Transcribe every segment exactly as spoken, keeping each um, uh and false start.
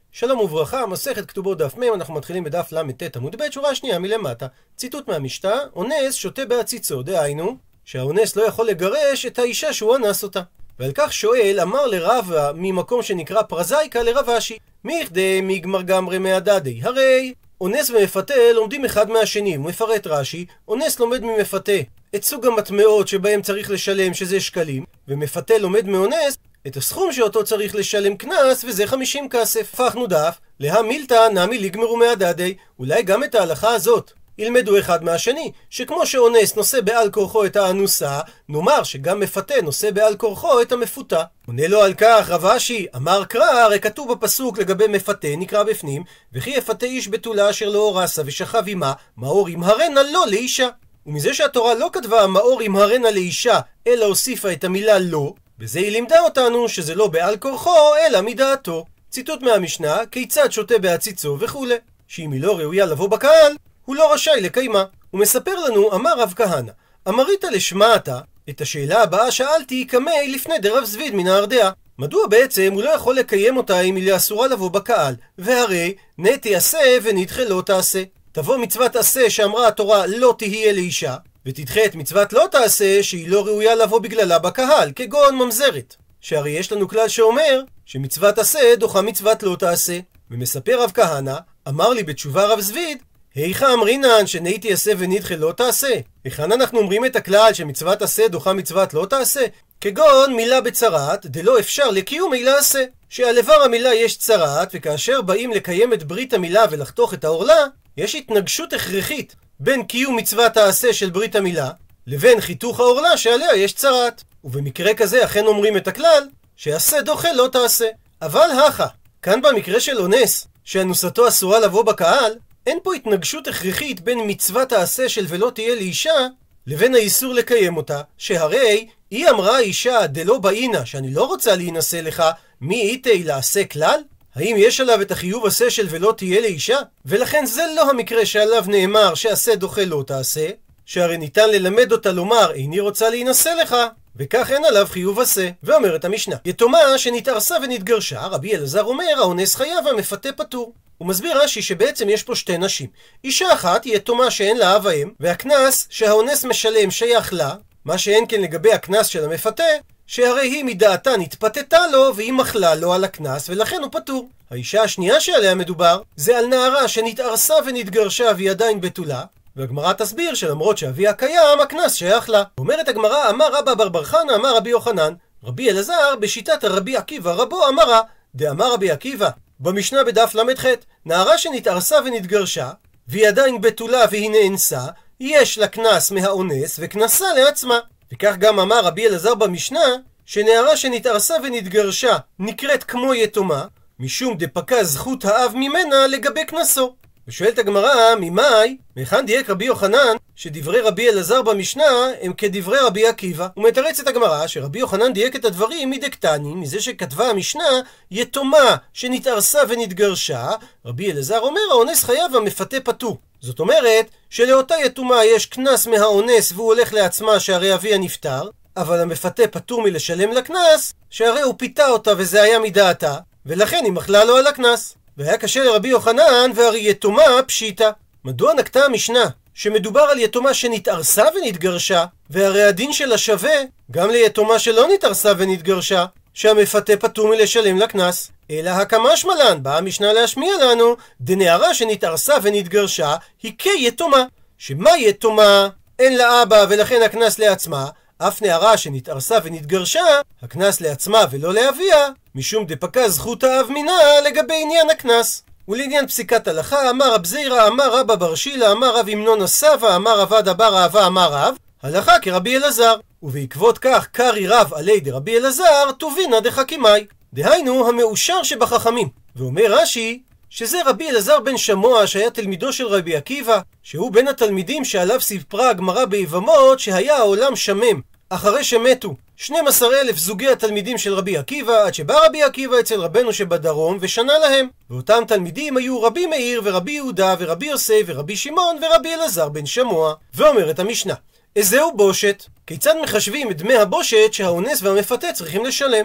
שלום וברכה, מסכת כתובות דף מ', אנחנו מתחילים בדף למ"ט עמוד ב', שורה שנייה מלמטה. ציטוט מהמשנה: אונס שותה בעציצו, דהיינו שהאונס לא יכול לגרש את האישה שהוא אנס אותה. ועל כך שואל, אמר לרבא ממקום שנקרא פרזאיקה לרב אשי, מיכדי מיגמר גמרי מהדדי, הרי אונס ומפתה לומדים אחד מהשני. הוא מפרט רש"י, אונס לומד ממפתה את סוג המטמעות שבהם צריך לשלם, שזה שקלים, ומפתה לומד מאונס את הסכום שאותו צריך לשלם קנס, וזה חמישים כסף. הפכנו דף, להמילתא נמי ליגמרו מהדדי, אולי גם את ההלכה הזאת ילמדו אחד מהשני, שכמו שאונס נושא בעל כורחו את האנוסה, נאמר שגם מפתה נושא בעל כורחו את המפותה. עונה לו על כך רב אשי, אמר קרא, הרי כתוב בפסוק לגבי מפתה, נקרא בפנים, וכי יפתה איש בתולה אשר לא אורסה ושכב עמה, מאור ימהרנה לו לאישה. ומזה שהתורה לא כתבה מאור ימהרנה לאישה, אלא הוסיפה את המילה לא, בזה היא לימדה אותנו שזה לא בעל כורחו, אלא מדעתו. ציטוט מהמשנה, כיצד שותה בעציצו וכו', שאם היא לא ראויה לבוא בקהל, הוא לא רשאי לקיימה. הוא מספר לנו, אמר רב כהנא, אמרית לשמעתה, את השאלה הבאה שאלתי כמי לפני דרב זביד מן הארדעה. מדוע בעצם הוא לא יכול לקיים אותה אם היא אסורה לבוא בקהל? והרי נטי עשה ונדחה לא תעשה. תבוא מצוות עשה שאמרה התורה לא תהיה לאישה, ותדחה את מצוות לא תעשה שהיא לא ראויה לבוא בגללה בקהל, כגון ממזרת. שהרי יש לנו כלל שאומר שמצוות עשה דוחה מצוות לא תעשה. ומספר רב כהנא, אמר לי בתשובה רב זביד, היכא אמרינן שנהייתי עשה ונדחה לא תעשה? היכן אנחנו אומרים את הכלל שמצוות עשה דוחה מצוות לא תעשה? כגון מילה בצרת, דלא אפשר לקיום מילה עשה. שעל איבר המילה יש צרת, וכאשר באים לקיים את ברית המילה ולחתוך את העורלה, יש התנגשות הכרחית בין קיום מצוות העשה של ברית המילה לבין חיתוך העורלה שעליה יש צרת. ובמקרה כזה אכן אומרים את הכלל שעשה דוחה לא תעשה. אבל הכה, כאן במקרה של אונס שאנוסתו אסורה לבוא בקהל, אין פה התנגשות הכרחית בין מצוות העשה של ולא תהיה לאישה לבין האיסור לקיים אותה, שהרי היא אמרה אישה דלא באינה, שאני לא רוצה להינשא לך, מי איתי לעשה כלל? האם יש עליו את החיוב עשה של ולא תהיה לאישה? ולכן זה לא המקרה שעליו נאמר שעשה דוחה לא תעשה, שהרי ניתן ללמד אותה לומר איני רוצה להינשא לך, וכך אין עליו חיוב עשה. ואומרת המשנה, יתומה שנתארסה ונתגרשה, רבי אלעזר אומר האונס חייב והמפתה פטור. הוא מסביר רש"י שבעצם יש פה שתי נשים. אישה אחת היא יתומה שאין לה אב ואם, והקנס שהאונס משלם שייך לה, מה שאין כן לגבי הקנס של המפתה, שהרי היא מדעתה נתפתתה לו והיא מחלה לו על הקנס, ולכן הוא פטור. האישה השנייה שעליה מדובר זה על נערה שנתארסה ונתגרשה והיא עדיין בתולה, והגמרא תסביר שלמרות שאביה קיים, הקנס שייך לה. אומרת הגמרא, אמר רבא בר בר חנא אמר רבי יוחנן, רבי אלעזר בשיטת הרבי עקיבא רבו אמרה, דאמר רבי עקיבא במשנה בדף למ"ח, נערה שנתארסה ונתגרשה והיא עדיין בתולה והיא נאנסה, יש לה קנס מהאונס וקנסה לעצמה. וכך גם אמר רבי אלעזר במשנה, שנערה שנתארסה ונתגרשה נקראת כמו יתומה, משום דפקה זכות האב ממנה לגבי קנסו. ושואלת הגמרא, ממאי, מהיכן דייק רבי יוחנן שדברי רבי אלעזר במשנה הם כדברי רבי עקיבא? ומתרצת הגמרא שרבי יוחנן דייק את הדברים מדקטני, מזה שכתבה המשנה יתומה שנתארסה ונתגרשה, רבי אלעזר אומר האונס חייב והמפתה פטור. זאת אומרת שלאותה יתומה יש קנס מהאונס והוא הולך לעצמה שהרי אביה נפטר, אבל המפתה פטור מלשלם לקנס שהרי הוא פיתה אותה וזה היה מדעתה, ולכן היא מחלה לו על הקנס. והיה קשה לרבי יוחנן, והרי יתומה פשיטה. מדוע נקטה המשנה שמדובר על יתומה שנתארסה ונתגרשה, והרי הדין שלה שווה גם ליתומה שלא נתארסה ונתגרשה, שהמפתה פטור מלשלם לקנס? אלא הקמשמע לן, באה המשנה להשמיע לנו, דנערה שנתארסה ונתגרשה היא כיתומה. שמה יתומה? אין לה אבא ולכן הקנס לעצמה, אף נערה שנתארסה ונתגרשה, הקנס לעצמה ולא לאביה, משום דפקה זכות האב מינה לגבי עניין הקנס. ולעניין פסיקת הלכה, אמר רב זירא, אמר רבא בר שילא, אמר רב ימנון הסבא, אמר רב עדה בר אהבה, אמר רב, הלכה כרבי אלעזר. ובעקבות כך קרי רב עלי דרבי אלעזר, טובינא דחכימי, דהיינו המאושר שבחכמים. ואומר רש"י שזה רבי אלעזר בן שמוע שהיה תלמידו של רבי עקיבא, שהוא בין התלמידים שעליו סיפרה הגמרא ביבמות שהיה העולם שמם אחרי שמתו שנים עשר אלף זוגי התלמידים של רבי עקיבא, עד שבא רבי עקיבא אצל רבנו שבדרום ושנה להם. ואותם תלמידים היו רבי מאיר ורבי יהודה ורבי יוסף ורבי שמעון ורבי אלעזר בן שמוע. ואומרת המשנה, איזהו בושת? כיצד מחשבים את דמי הבושת שהאונס והמפתה צריכים לשלם?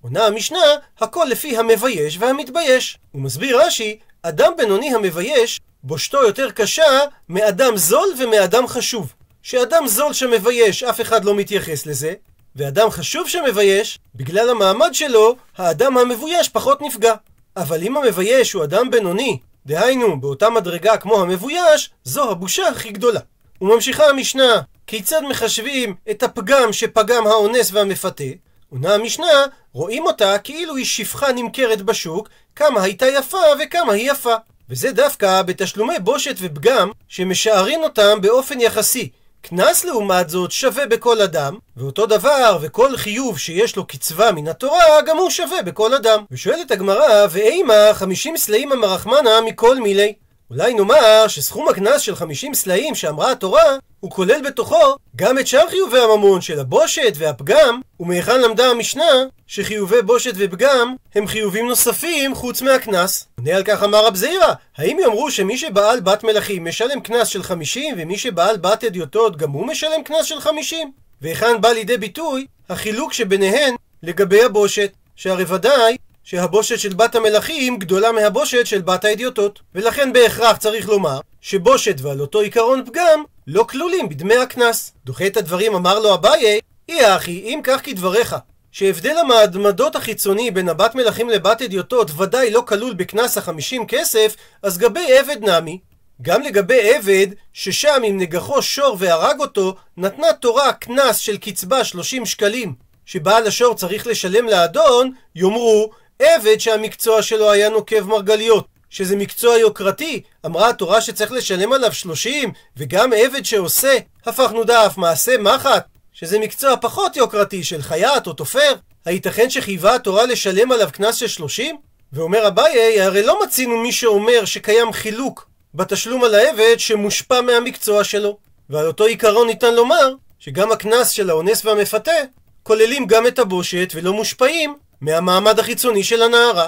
עונה המשנה, הכל לפי המבייש והמתבייש. הוא מסביר רש"י, אדם בינוני המבייש, בושתו יותר קשה מאדם זול ומאדם חשוב. שאדם זול שמבייש, אף אחד לא מתייחס לזה, ואדם חשוב שמבייש, בגלל המעמד שלו, האדם המבויש פחות נפגע. אבל אם המבייש הוא אדם בינוני, דהיינו באותה מדרגה כמו המבויש, זו הבושה הכי גדולה. וממשיכה המשנה, כיצד מחשבים את הפגם שפגם האונס והמפתה? עונה המשנה, רואים אותה כאילו היא שפחה נמכרת בשוק, כמה הייתה יפה וכמה היא יפה. וזה דווקא בתשלומי בושת ופגם שמשערין אותם באופן יחסי. קנס לעומת זאת שווה בכל אדם, ואותו דבר וכל חיוב שיש לו קצבה מן התורה גם הוא שווה בכל אדם. ושואלת הגמרא, ואימה חמישים סלעים המרחמנה מכל מילי? אולי נאמר שסכום הקנס של חמישים סלעים שאמרה התורה הוא כולל בתוכו גם את שאר חיובי הממון של הבושת והפגם, ומהיכן למדה המשנה שחיובי בושת ופגם הם חיובים נוספים חוץ מהקנס. עונה על כך אמר רב זעירא, האם יאמרו שמי שבעל בת מלכים משלם קנס של חמישים ומי שבעל בת אדיוטות גם הוא משלם קנס של חמישים? והיכן בא לידי ביטוי החילוק שביניהן לגבי הבושת? שהרי ודאי שהבושת של בת המלכים גדולה מהבושת של בת האדיוטות, ולכן בהכרח צריך לומר שבושת ועל אותו עיקרון פגם לא כלולים בדמי הקנס. דוחה את הדברים אמר לו אביי, אי אחי, אם כך כדבריך שהבדל המעמדות החיצוני בין הבת מלכים לבת אדיוטות ודאי לא כלול בקנס החמישים כסף, אז גבי עבד נמי, גם לגבי עבד ששם עם נגחו שור והרג אותו נתנה תורה קנס של קצבה שלושים שקלים שבעל השור צריך לשלם לאדון, יאמרו עבד שהמקצוע שלו היה נוקב מרגליות, שזה מקצוע יוקרתי, אמרה התורה שצריך לשלם עליו שלושים, וגם עבד שעושה, הפכנו דף, מעשה מחט, שזה מקצוע פחות יוקרתי של חייט או תופר, הייתכן שחייבה התורה לשלם עליו קנס של שלושים? ואומר אביי, הרי לא מצינו מי שאומר שקיים חילוק בתשלום על העבד שמושפע מהמקצוע שלו. ועל אותו עיקרון ניתן לומר שגם הקנס של האונס והמפתה כוללים גם את הבושת ולא מושפעים מהמעמד החיצוני של הנערה.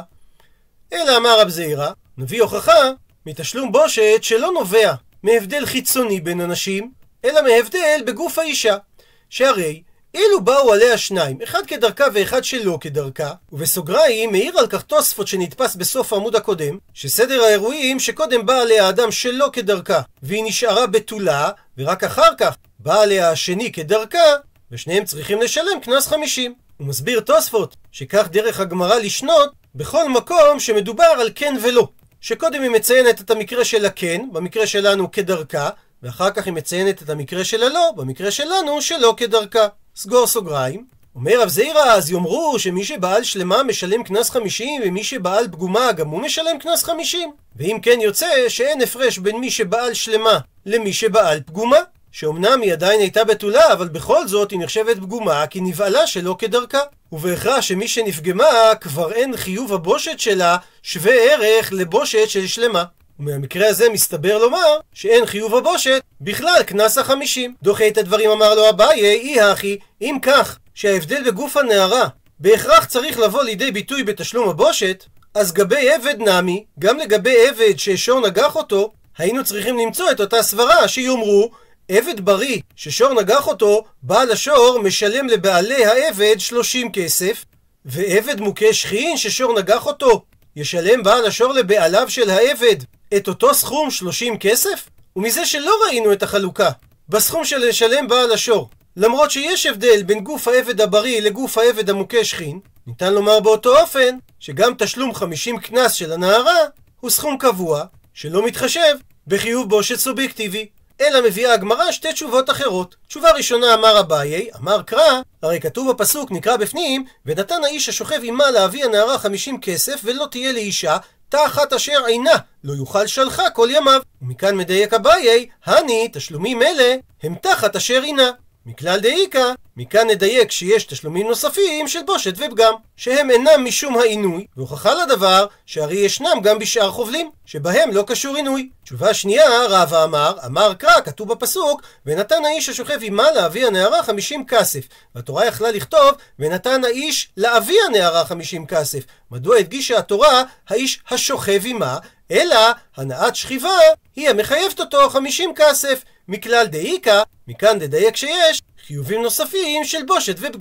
אלא אמר רב זעירא, נביא הוכחה מתשלום בושת שלא נובע מהבדל חיצוני בין אנשים, אלא מהבדל בגוף האישה. שהרי אילו באו עליה שניים, אחד כדרכה ואחד שלא כדרכה, ובסוגריים מעיר על כך תוספות שנתפס בסוף העמוד הקודם, שסדר האירועים שקודם בא עליה האדם שלא כדרכה והיא נשארה בתולה, ורק אחר כך בא עליה השני כדרכה, ושניהם צריכים לשלם קנס חמישים. הוא מסביר תוספות שכך דרך הגמרא לשנות בכל מקום שמדובר על כן ולא, שקודם היא מציינת את המקרה של הכן, במקרה שלנו כדרכה, ואחר כך היא מציינת את המקרה של הלא, במקרה שלנו שלא כדרכה. סגור סוגריים. אומר רב זעירא, אז יאמרו שמי שבעל שלמה משלם קנס חמישים ומי שבעל פגומה גם הוא משלם קנס חמישים? ואם כן יוצא שאין הפרש בין מי שבעל שלמה למי שבעל פגומה, שאומנם היא עדיין הייתה בתולה, אבל בכל זאת היא נחשבת פגומה כי נבעלה שלא כדרכה. ובהכרח שמי שנפגמה כבר אין חיוב הבושת שלה שווה ערך לבושת של שלמה. ומהמקרה הזה מסתבר לומר שאין חיוב הבושת בכלל קנס החמישים. דוחה את הדברים אמר לו אביי, אי הכי, אם כך שההבדל בגוף הנערה בהכרח צריך לבוא לידי ביטוי בתשלום הבושת, אז גבי עבד נמי, גם לגבי עבד ששור נגח אותו, היינו צריכים למצוא את אותה סברה שיאמרו עבד בריא ששור נגח אותו, בעל השור משלם לבעלי העבד שלושים כסף, ועבד מוכה שכין ששור נגח אותו, ישלם בעל השור לבעליו של העבד את אותו סכום שלושים כסף? ומזה שלא ראינו את החלוקה בסכום של לשלם בעל השור, למרות שיש הבדל בין גוף העבד הבריא לגוף העבד המוכה שכין, ניתן לומר באותו אופן שגם תשלום חמישים קנס של הנערה הוא סכום קבוע שלא מתחשב בחיוב בושת סובייקטיבי. אלא מביאה הגמרא שתי תשובות אחרות. תשובה ראשונה אמר אביי, אמר קרא, הרי כתוב בפסוק נקרא בפנים, ונתן האיש השוכב עמה להביא הנערה חמישים כסף ולא תהיה לאישה תחת אשר עינה, לא יוכל שלחה כל ימיו. ומכאן מדייק אביי, הני תשלומים אלה הם תחת אשר עינה. מכלל דאיקה, מכאן נדייק שיש תשלומים נוספים של בושת ופגם, שהם אינם משום העינוי, והוכחה לדבר שהרי ישנם גם בשאר חובלים, שבהם לא קשור עינוי. תשובה שנייה, רבא אמר, אמר קרא, כתוב בפסוק, ונתן האיש השוכב עמה להביא הנערה חמישים כסף, והתורה יכלה לכתוב, ונתן האיש להביא הנערה חמישים כסף. מדוע הדגישה התורה האיש השוכב עמה, אלא הנעת שכיבה היא המחייבת אותו חמישים כסף. מכלל דאיקה, מכאן דדייק שיש חיובים נוספים של בושת ופגם.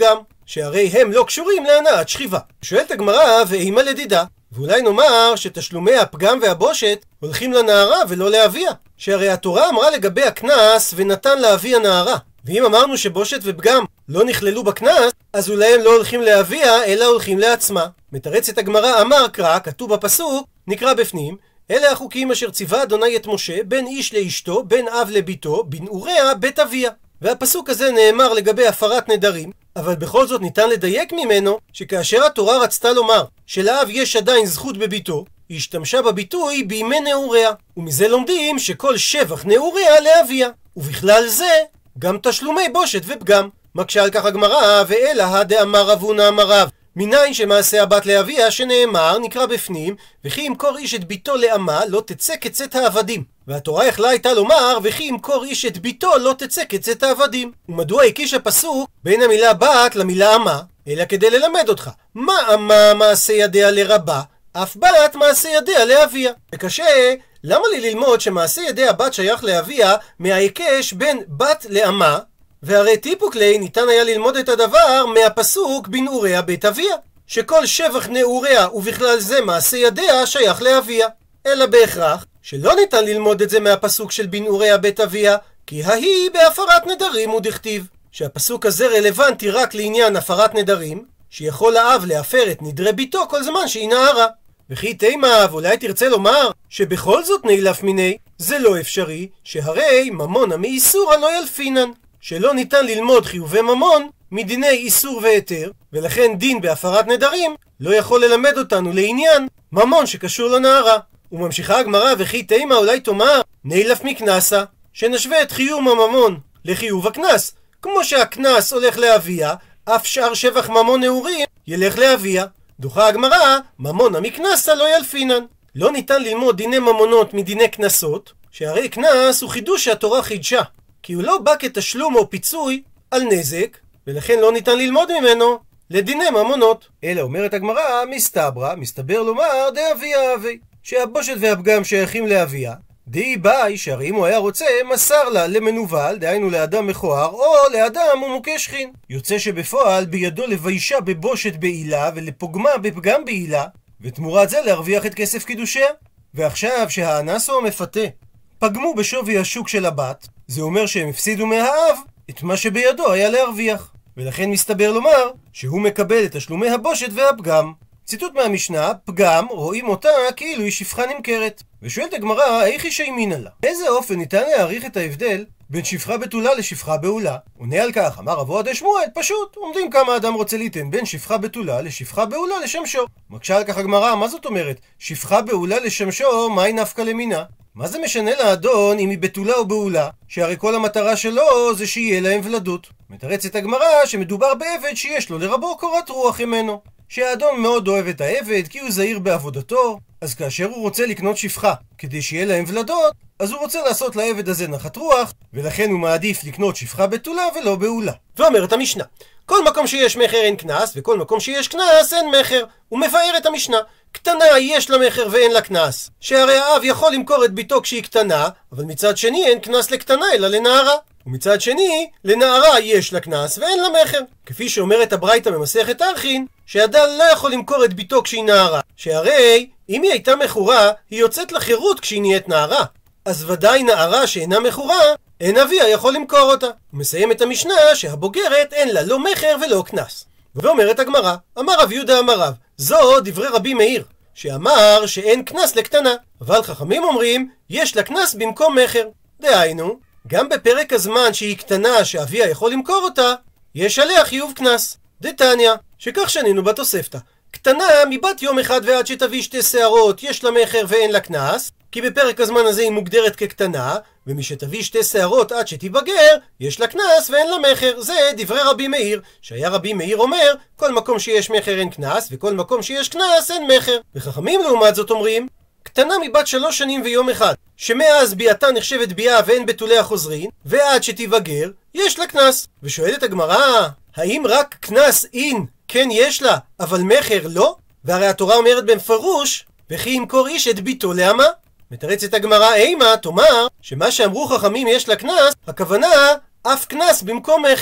שהרי הם לא קשורים להנאת שכיבה. שואלת הגמרא, ואימה לדידה, ואולי נאמר שתשלומי הפגם והבושת הולכים לנערה ולא לאביה, שהרי התורה אמרה לגבי הקנס ונתן לאבי הנערה, ואם אמרנו שבושת ופגם לא נכללו בקנס, אז אולי הם לא הולכים לאביה אלא הולכים לעצמה. מתרצת הגמרא, אמר קרא, כתוב בפסוק, נקרא בפנים, אלה החוקים אשר ציווה אדוני את משה בין איש לאשתו, בין אב לביתו, בנעוריה בית אביה. והפסוק הזה נאמר לגבי הפרת נדרים, אבל בכל זאת ניתן לדייק ממנו שכאשר התורה רצתה לומר שלאב יש עדיין זכות בביתו, היא השתמשה בביטוי בימי נעוריה, ומזה לומדים שכל שבח נעוריה לאביה, ובכלל זה גם תשלומי בושת ופגם. מקשה על כך הגמרא, ואלא הדאמר רב הונא אמר רב, מניין שמעשה הבת לאביה שנאמר, נקרא בפנים, וכי ימכור איש את ביתו לאמה לא תצא כצאת העבדים. והתורה יכלה הייתה לומר, וכי ימכור איש את ביתו לא תצא כצאת העבדים. ומדוע הקיש הפסוק בין המילה בת למילה אמה? אלא כדי ללמד אותך, מה אמה מעשה ידיה לרבה, אף בת מעשה ידיה לאביה. וקשה, למה לי ללמוד שמעשה ידי הבת שייך לאביה מההיקש בין בת לאמה? והרי טיפוק לי ניתן היה ללמוד את הדבר מהפסוק בנעוריה בית אביה, שכל שבח נעוריה ובכלל זה מעשה ידיה שייך לאביה. אלא בהכרח שלא ניתן ללמוד את זה מהפסוק של בנעוריה בית אביה, כי ההיא בהפרת נדרים הוא דכתיב, שהפסוק הזה רלוונטי רק לעניין הפרת נדרים, שיכול האב להפר את נדרי ביתו כל זמן שהיא נערה. וכי תימה, ואולי תרצה לומר שבכל זאת נילף מיני, זה לא אפשרי, שהרי ממונה מאיסורא לא ילפינן, שלא ניתן ללמוד חיובי ממון מדיני איסור והיתר, ולכן דין בהפרת נדרים לא יכול ללמד אותנו לעניין ממון שקשור לנערה. וממשיכה הגמרא, וכי תימה, אולי תאמר נילף מקנסה, שנשווה את חיוב הממון לחיוב הקנס, כמו שהקנס הולך לאביה, אף שאר שבח ממון נעורים ילך לאביה. דוחה הגמרא, ממונה מקנסה לא ילפינן. לא ניתן ללמוד דיני ממונות מדיני קנסות, שהרי קנס הוא חידוש שהתורה חידשה, כי הוא לא בא כתשלום או פיצוי על נזק, ולכן לא ניתן ללמוד ממנו לדיני ממונות. אלא אומרת הגמרא, מסתברא, מסתבר לומר דאביה אבי, שהבושת והפגם שייכים לאביה, דאי באי, שהרי אם הוא היה רוצה מסר לה למנוול, דהיינו לאדם מכוער, או לאדם ומוכה שכין. יוצא שבפועל בידו לביישה בבושת בעילה ולפוגמה בפגם בעילה, ותמורת זה להרוויח את כסף קידושיה. ועכשיו שהאנס או המפתה פגמו בשווי השוק של הבת, זה אומר שהם הפסידו מהאב את מה שבידו היה להרוויח, ולכן מסתבר לומר שהוא מקבל את תשלומי הבושת והפגם. ציטוט מהמשנה, פגם רואים אותה כאילו היא שפחה נמכרת. ושואלת הגמרא, איך היא שיימינא לה? באיזה אופן ניתן להעריך את ההבדל בין שפחה בתולה לשפחה בעולה? עונה על כך, אמר רבו עדי שמואל, פשוט עומדים כמה אדם רוצה ליתן בין שפחה בתולה לשפחה בעולה לשמשו. מקשה על כך הגמרא, מה זאת אומרת? שפחה בעולה לשמשו, מהי נפקא למינה? מה זה משנה לאדון אם היא בתולה או בעולה, שהרי כל המטרה שלו זה שיהיה להם ולדות? מתרצת הגמרא שמדובר בעבד שיש לו לרבו קורת רוח ממנו, שהאדון מאוד אוהב את העבד כי הוא זהיר בעבודתו, אז כאשר הוא רוצה לקנות שפחה כדי שיהיה להם ולדות, אז הוא רוצה לעשות לעבד הזה נחת רוח, ולכן הוא מעדיף לקנות שפחה בתולה ולא בעולה. ואומרת המשנה, כל מקום שיש מחר אין קנס, וכל מקום שיש קנס אין מחר. הוא מבאר את המשנה, קטנה יש לה מחר ואין לה קנס, שהרי האב יכול למכור את ביתו כשהיא קטנה, אבל מצד שני אין קנס לקטנה אלא לנערה, ומצד שני לנערה יש לה קנס ואין לה מחר, כפי שאומרת הברייתא במסכת ערכין, שאדם לא יכול למכור את ביתו כשהיא נערה, שהרי אם היא הייתה מכורה היא יוצאת לחירות כשהיא נהיית נערה, אז ודאי נערה שאינה מכורה אין אביה יכול למכור אותה. הוא מסיים את המשנה שהבוגרת אין לה לא מחר ולא קנס. ואומרת הגמרא, אמר רב יהודה אמר רב, זו דברי רבי מאיר, שאמר שאין קנס לקטנה, אבל חכמים אומרים יש לה קנס במקום מחר. דהיינו, גם בפרק הזמן שהיא קטנה שאביה יכול למכור אותה, יש עליה חיוב קנס. דתניא, שכך שנינו בתוספתא, קטנה מבת יום אחד ועד שתביא שתי שערות יש לה מחר ואין לה קנס, כי בפרק הזמן הזה היא מוגדרת כקטנה, ומשתביא שתי שערות עד שתיבגר יש לה קנס ואין לה מחר. זה דברי רבי מאיר, שהיה רבי מאיר אומר כל מקום שיש מחר אין קנס, וכל מקום שיש קנס אין מחר. וחכמים לעומת זאת אומרים קטנה מבת שלוש שנים ויום אחד, שמאז ביאתה נחשבת ביאה ואין בתוליה חוזרין, ועד שתיבגר יש לה קנס. ושואלת הגמרא, האם רק קנס אין כן יש לה אבל מחר לא? והרי התורה אומרת במפרוש וכי ימכור איש את ביתו לאמה. מתרצת הגמרא, אימה תאמר שמה שאמרו חכמים יש לה קנס, הכוונה אף קנס במקום מחר,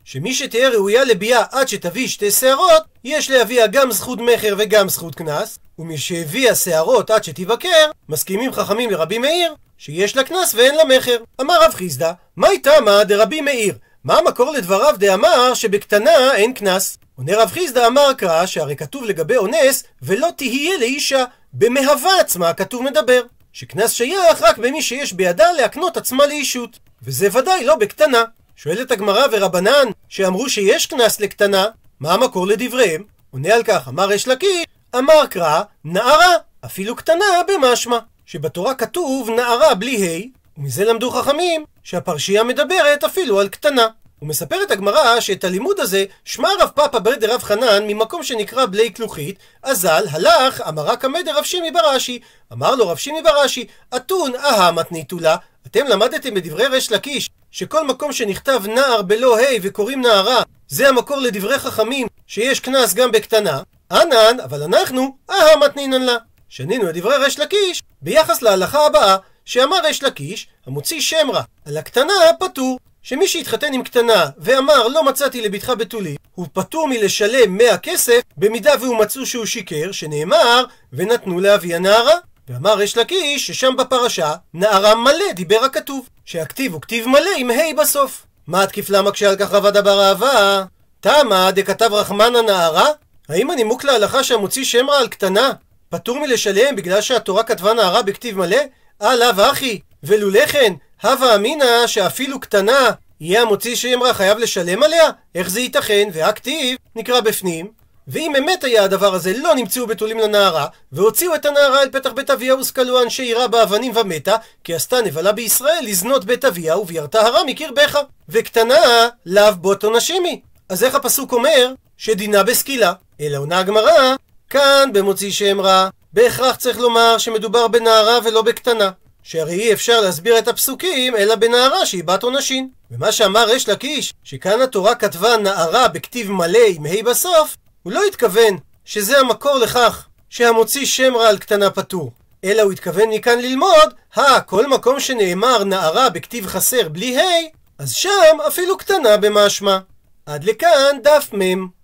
שמי שתהיה ראויה לביאה עד שתביא שתי שערות, יש להביאה גם זכות מחר וגם זכות קנס, ומי שהביאה שערות עד שתבקר, מסכימים חכמים לרבי מאיר, שיש לה קנס ואין לה מחר. אמר רב חיסדא, מהי תמה דרבי מאיר? מה המקור לדבריו דאמר שבקטנה אין קנס? עונה רב חיסדא, אמר קרא שהרי כתוב לגבי אונס, ולא תהיה לאישה, במהווה עצמה כתוב מדבר, שקנס שייך רק במי שיש בידה להקנות עצמה לאישות, וזה ודאי לא בקטנה. שואלת הגמרא, ורבנן שאמרו שיש קנס לקטנה, מה המקור לדבריהם? עונה על כך, אמר ריש לקיש, אמר קרא, נערה, אפילו קטנה במשמע, שבתורה כתוב נערה בלי ה', ומזה למדו חכמים שהפרשייה מדברת אפילו על קטנה. ומספרת הגמרא שאת הלימוד הזה שמע רב פאפא בר דרב חנן ממקום שנקרא בלי כלוכית, אזל הלך אמרה קמא דרב שימי בר אשי. אמר לו רב שימי בר אשי, אתון אהה מתניתו לה, אתם למדתם בדברי ריש לקיש שכל מקום שנכתב נער בלא ה' וקוראים נערה זה המקור לדברי חכמים שיש קנס גם בקטנה? ענן, אבל אנחנו אהה מתנינן לה. שנינו את דברי ריש לקיש ביחס להלכה הבאה, שאמר ריש לקיש, המוציא שם רע על הקטנה פטור, שמי שהתחתן עם קטנה ואמר לא מצאתי לביתך בתולים, הוא פטור מלשלם מאה כסף במידה והוא מצאו שהוא שיקר, שנאמר ונתנו לאבי הנערה. ואמר ריש לקיש ששם בפרשה נערה מלא דיבר הכתוב, שהכתיב הוא כתיב מלא עם ה' בסוף. מה התקיף לה מקשה על כך רבא דבר אהבה? תמה דכתב רחמנה נערה? האם הנימוק להלכה שהמוציא שם רע על קטנה פטור מלשלם בגלל שהתורה כתבה נערה בכתיב מלא? אה לאו אחי, ולולא כן הווה אמינא שאפילו קטנה יהיה המוציא שם רע חייב לשלם עליה? איך זה ייתכן? והכתיב נקרא בפנים, ואם באמת היה הדבר הזה לא נמצאו בתולים לנערה והוציאו את הנערה אל פתח בית אביה וסקלו אנשי עירה באבנים ומתה, כי עשתה נבלה בישראל לזנות בית אביה ובירתה הרע מקרבך, וקטנה לאו בוטו נשימי. אז איך הפסוק אומר שדינה בסקילה? אלא עונה הגמרא, כאן במוציא שם רע בהכרח צריך לומר שמדובר בנערה ולא בקטנה, שהרי אי אפשר להסביר את הפסוקים אלא בנערה שהיא בת עונשין. ומה שאמר ריש לקיש שכאן התורה כתבה נערה בכתיב מלא עם ה' בסוף, הוא לא התכוון שזה המקור לכך שהמוציא שם רע על קטנה פטור, אלא הוא התכוון מכאן ללמוד, הא, כל מקום שנאמר נערה בכתיב חסר בלי ה', אז שם אפילו קטנה במשמע. עד לכאן דף מם.